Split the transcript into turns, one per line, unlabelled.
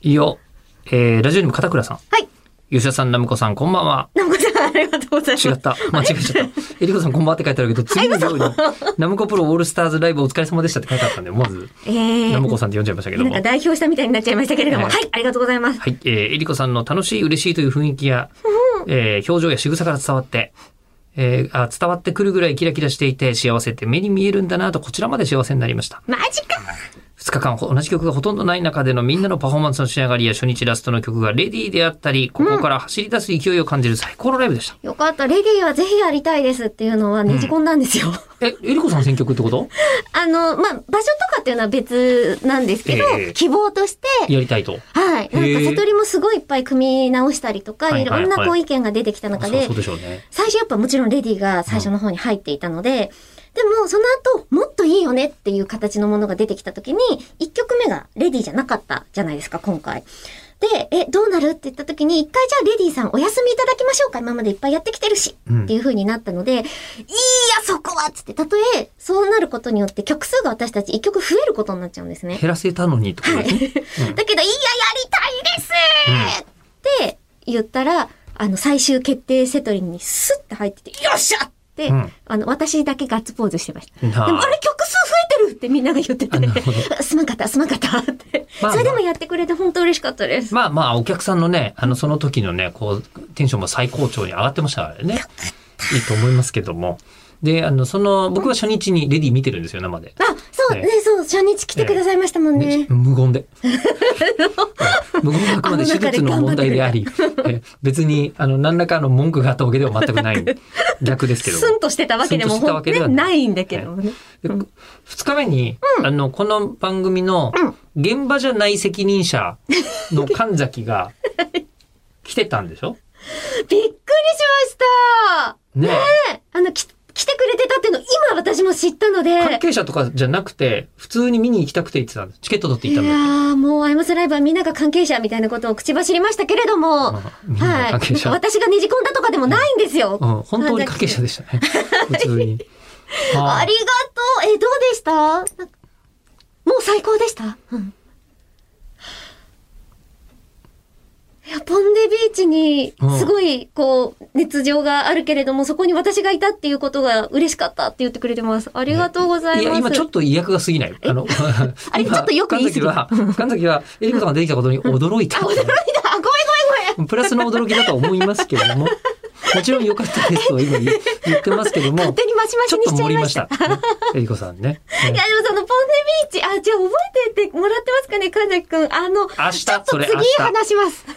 いいよ。ラジオにも片倉さん。
はい。
吉田さん、ナムコさん、こんばんは。
ナムコさん、ありがとうございます。
違った。間違えちゃった。エリコさん、こんばんはって書いてあるけど、次の行に、ナムコプロオールスターズライブお疲れ様でしたって書いてあったんで、思わず、ナムコさんって呼んじゃいましたけども。
なんか代表したみたいになっちゃいましたけれども。はい、ありがとうございます。
はい。エリコさんの楽しい、嬉しいという雰囲気や、表情や仕草から伝わって、伝わってくるぐらいキラキラしていて、幸せって目に見えるんだなと、こちらまで幸せになりました。
マジか。
2日間同じ曲がほとんどない中でのみんなのパフォーマンスの仕上がりや初日ラストの曲がレディーであったり、ここから走り出す勢いを感じる最高のライブでした。
よかった。レディーはぜひやりたいですっていうのはねじ込んだんですよ。
エリコさん選曲ってこと？
場所とかっていうのは別なんですけど、希望として。
やりたいと。
はい。なんか、悟りもすごいいっぱい組み直したりとか、いろんなこう意見が出てきた中で、
そうでしょうね。
最初やっぱもちろんレディーが最初の方に入っていたので、でも、その後、もっといいよねっていう形のものが出てきたときに、1曲目がレディーじゃなかったじゃないですか、今回。で、どうなるって言ったときに、一回じゃあレディーさんお休みいただきましょうか。今までいっぱいやってきてるし。っていう風になったので、いいや、そこはつって、たとえ、そうなることによって曲数が私たち1曲増えることになっちゃうんですね。
減らせたのにってことですね。
はい。だけど、いや、やりたいですって言ったら、最終決定セトリにスッて入ってて、よっしゃで、私だけガッツポーズしてました。でも、あれ曲数増えてるってみんなが言ってて、すまんかったって。それでもやってくれて本当嬉しかったです。
お客さんのね、その時のね、こう、テンションも最高潮に上がってましたからね。いいと思いますけども。で、僕は初日にレディー見てるんですよ、生で。
そう、ね、そう、初日来てくださいましたもんね。
無言で。無言があくまで手術の問題であり、別に、何らかの文句があったわけでは全くない。逆ですけど。
スンとしてたわけでもないんだけどね。
2日目に、この番組の現場じゃない責任者の神崎が来てたんでしょ？
びっくりしました。ねえ。来てくれてたっていうの今私も知ったので。
関係者とかじゃなくて、普通に見に行きたくて言ってたんです。チケット取って行ったんだよ。
いやー、もうアイマスライブはみんなが関係者みたいなことを口走りましたけれども、はい。私がねじ込んだとかでもないんですよ。
本当に関係者でしたね。普通に。
ありがとう。どうでした？もう最高でした？ポンデビーチにすごいこう熱情があるけれども、そこに私がいたっていうことが嬉しかったって言ってくれてます。ありがとうございます。
いや今ちょっと意訳が過ぎない。
あれちょっとよく言い過ぎ。
神崎はエリコさんが出てきたことに驚いた。
驚いた。ごめん。
プラスの驚きだと思いますけれども。もちろん良かったですと今言ってますけども、
勝手にマシマシにしちゃいました。
エリコさんね。
いやでもそのポンデビーチ、じゃあ覚えててもらってますかね、神崎くん。
明日
ちょっと次話します。